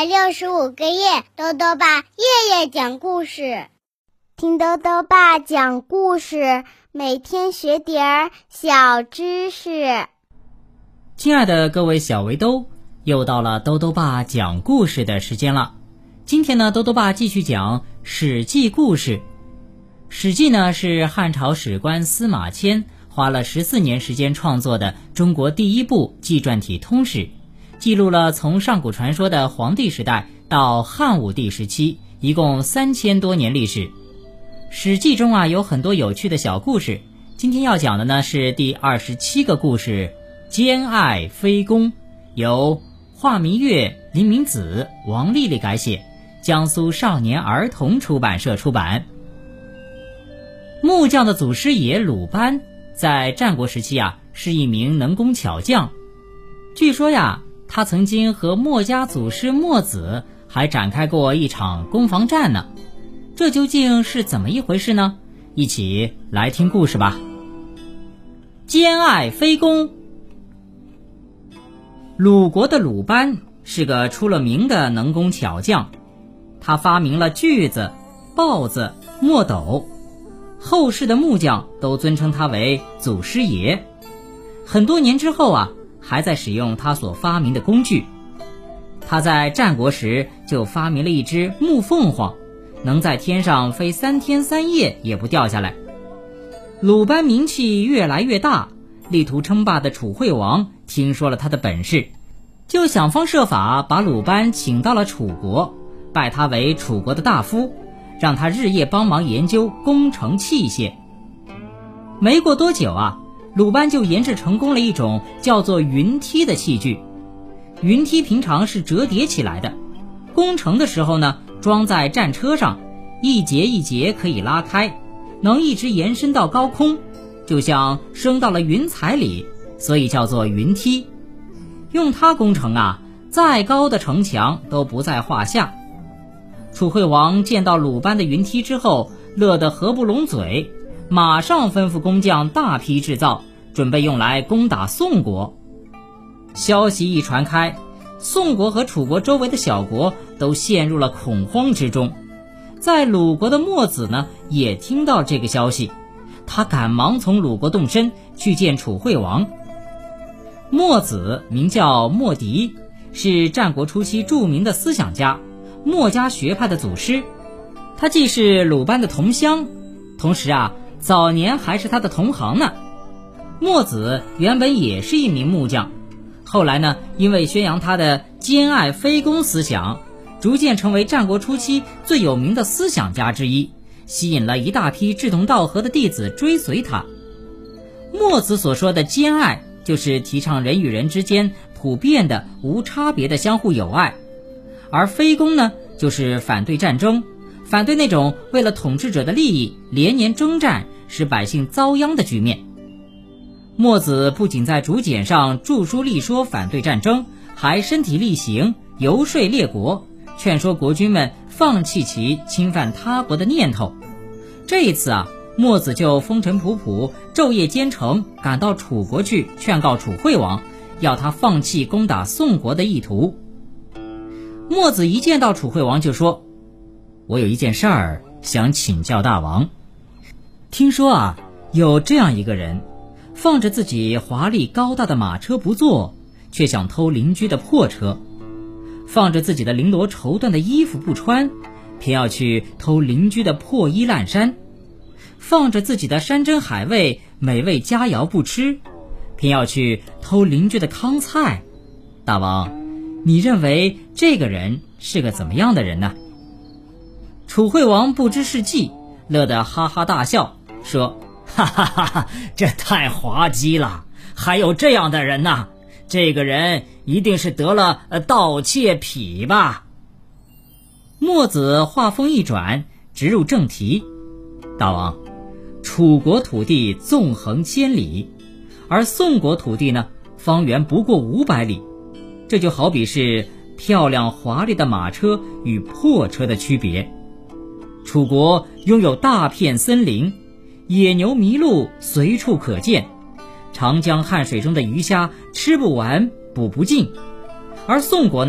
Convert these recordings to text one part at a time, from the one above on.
365个夜，豆豆爸夜夜讲故事，听豆豆爸讲故事，每天学点儿小知识。 亲爱的各位小围兜，又到了豆豆爸讲故事的时间了。今天呢，豆豆爸继续讲《史记》故事。《史记》呢是汉朝史官司马迁花了14年时间创作的中国第一部纪传体通史，记录了从上古传说的黄帝时代到汉武帝时期，一共3000多年历史。《史记》中有很多有趣的小故事，今天要讲的呢是第27个故事，兼爱非攻，由华明月、林明子、王丽丽改写，江苏少年儿童出版社出版。木匠的祖师爷鲁班在战国时期是一名能工巧匠，据说他曾经和墨家祖师墨子还展开过一场攻防战呢。这究竟是怎么一回事呢？一起来听故事吧。兼爱非攻。鲁国的鲁班是个出了名的能工巧匠，他发明了锯子、刨子、墨斗，后世的木匠都尊称他为祖师爷。很多年之后还在使用他所发明的工具。他在战国时就发明了一只木凤凰，能在天上飞3天3夜也不掉下来。鲁班名气越来越大，力图称霸的楚惠王听说了他的本事，就想方设法把鲁班请到了楚国，拜他为楚国的大夫，让他日夜帮忙研究工程器械。没过多久鲁班就研制成功了一种叫做云梯的器具。云梯平常是折叠起来的，工程的时候呢，装在战车上，一节一节可以拉开，能一直延伸到高空，就像升到了云彩里，所以叫做云梯。用它工程再高的城墙都不在话下。楚惠王见到鲁班的云梯之后，乐得合不拢嘴，马上吩咐工匠大批制造，准备用来攻打宋国。消息一传开，宋国和楚国周围的小国都陷入了恐慌之中。在鲁国的墨子呢，也听到这个消息，他赶忙从鲁国动身去见楚惠王。墨子名叫墨翟，是战国初期著名的思想家，墨家学派的祖师。他既是鲁班的同乡，同时早年还是他的同行呢。墨子原本也是一名木匠，后来呢，因为宣扬他的兼爱非攻思想，逐渐成为战国初期最有名的思想家之一，吸引了一大批志同道合的弟子追随他。墨子所说的兼爱，就是提倡人与人之间普遍的无差别的相互友爱，而非攻呢，就是反对战争，反对那种为了统治者的利益连年征战使百姓遭殃的局面。墨子不仅在竹简上著书立说反对战争，还身体力行游说列国，劝说国君们放弃其侵犯他国的念头。这一次墨子就风尘仆仆昼夜兼程赶到楚国去劝告楚惠王，要他放弃攻打宋国的意图。墨子一见到楚惠王就说，我有一件事儿想请教大王。听说有这样一个人，放着自己华丽高大的马车不坐，却想偷邻居的破车，放着自己的绫罗绸缎的衣服不穿，偏要去偷邻居的破衣烂衫，放着自己的山珍海味美味佳肴不吃，偏要去偷邻居的糠菜。大王，你认为这个人是个怎么样的人呢？楚惠王不知是计，乐得哈哈大笑，说，哈哈哈哈，这太滑稽了，还有这样的人呢？这个人一定是得了盗窃癖吧。墨子话锋一转，直入正题，大王，楚国土地纵横千里，而宋国土地呢，方圆不过500里，这就好比是漂亮华丽的马车与破车的区别。楚国拥有大片森林，野牛麋鹿随处可见，长江汉水中的鱼虾吃不完补不尽，而宋国呢，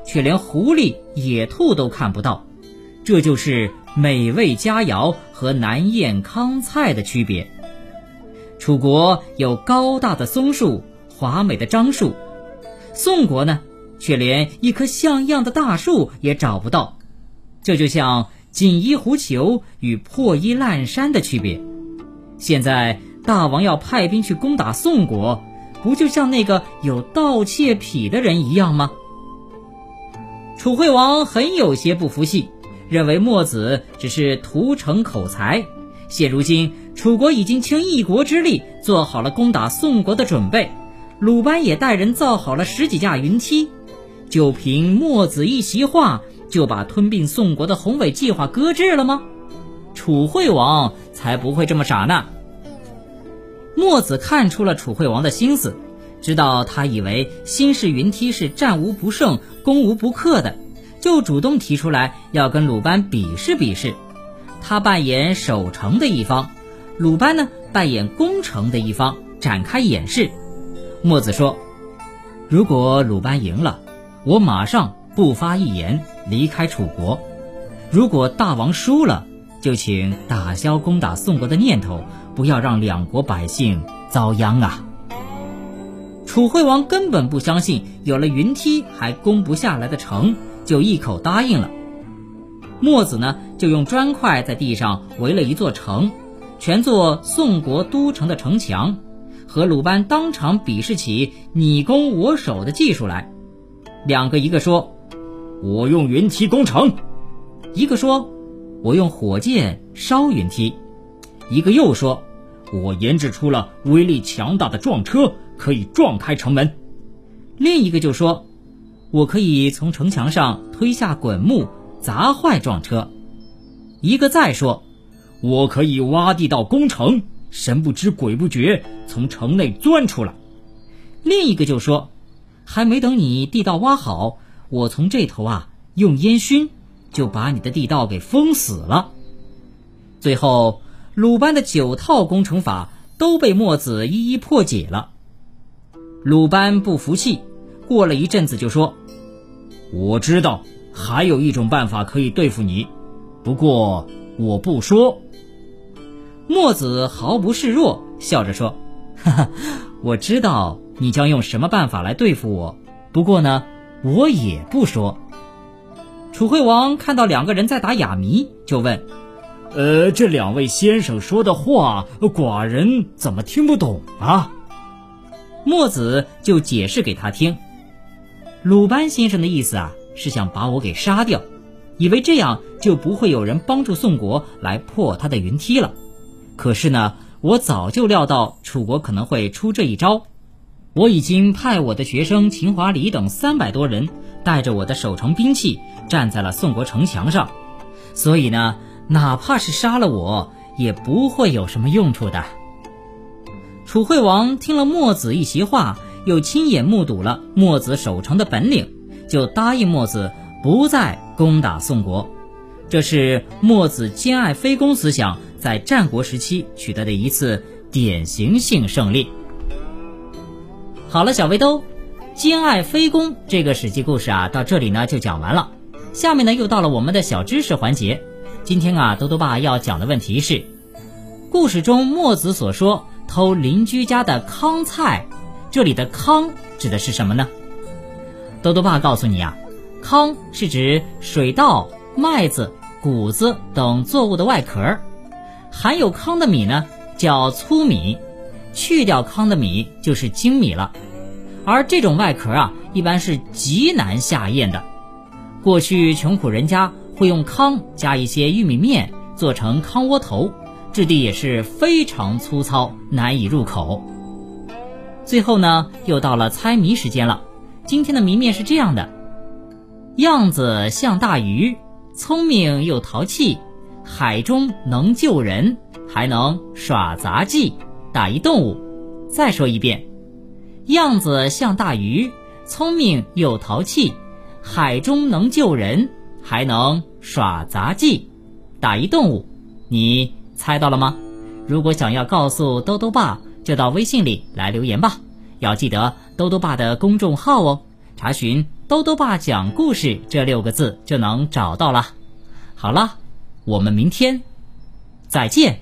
却连狐狸、野兔都看不到。这就是美味佳肴和难咽糠菜的区别。楚国有高大的松树、华美的樟树，宋国呢，却连一棵像样的大树也找不到。这就像锦衣狐裘与破衣烂衫的区别。现在大王要派兵去攻打宋国，不就像那个有盗窃癖的人一样吗？楚惠王很有些不服气，认为墨子只是图逞口才。现如今楚国已经倾一国之力做好了攻打宋国的准备，鲁班也带人造好了10几架云梯，就凭墨子一席话就把吞并宋国的宏伟计划搁置了吗？楚惠王才不会这么傻呢。墨子看出了楚惠王的心思，知道他以为新式云梯是战无不胜、攻无不克的，就主动提出来要跟鲁班比试比试。他扮演守城的一方，鲁班呢扮演攻城的一方，展开演示。墨子说，如果鲁班赢了，我马上不发一言离开楚国；如果大王输了，就请打消攻打宋国的念头，不要让两国百姓遭殃啊。楚惠王根本不相信有了云梯还攻不下来的城，就一口答应了。墨子呢，就用砖块在地上围了一座城，全做宋国都城的城墙，和鲁班当场比试起你攻我守的技术来。两个，一个说我用云梯攻城，一个说我用火箭烧云梯，一个又说我研制出了威力强大的撞车，可以撞开城门。另一个就说我可以从城墙上推下滚木，砸坏撞车。一个再说我可以挖地道攻城，神不知鬼不觉从城内钻出来。另一个就说还没等你地道挖好，我从这头用烟熏就把你的地道给封死了。最后鲁班的9套攻城法都被墨子一一破解了。鲁班不服气，过了一阵子就说，我知道还有一种办法可以对付你，不过我不说。墨子毫不示弱，笑着说，哈哈，我知道你将用什么办法来对付我，不过呢，我也不说。楚惠王看到两个人在打哑谜，就问，这两位先生说的话，寡人怎么听不懂啊？墨子就解释给他听，鲁班先生的意思是想把我给杀掉，以为这样就不会有人帮助宋国来破他的云梯了。可是呢，我早就料到楚国可能会出这一招，我已经派我的学生秦华里等300多人，带着我的守城兵器站在了宋国城墙上，所以呢，哪怕是杀了我，也不会有什么用处的。楚惠王听了墨子一席话，又亲眼目睹了墨子守城的本领，就答应墨子不再攻打宋国。这是墨子兼爱非攻思想在战国时期取得的一次典型性胜利。好了，小围兜，兼爱非攻这个史记故事到这里呢就讲完了。下面呢又到了我们的小知识环节。今天兜兜爸要讲的问题是，故事中墨子所说偷邻居家的糠菜，这里的糠指的是什么呢？兜兜爸告诉你糠是指水稻、麦子、谷子等作物的外壳，含有糠的米呢叫粗米，去掉糠的米就是精米了。而这种外壳一般是极难下咽的。过去穷苦人家会用糠加一些玉米面做成糠窝头，质地也是非常粗糙，难以入口。最后呢，又到了猜谜时间了。今天的谜面是这样的：样子像大鱼，聪明又淘气，海中能救人，还能耍杂技，打一动物。再说一遍，样子像大鱼，聪明又淘气，海中能救人，还能耍杂技，打一动物。你猜到了吗？如果想要告诉兜兜爸，就到微信里来留言吧。要记得兜兜爸的公众号哦，查询兜兜爸讲故事这6个字就能找到了。好了，我们明天再见。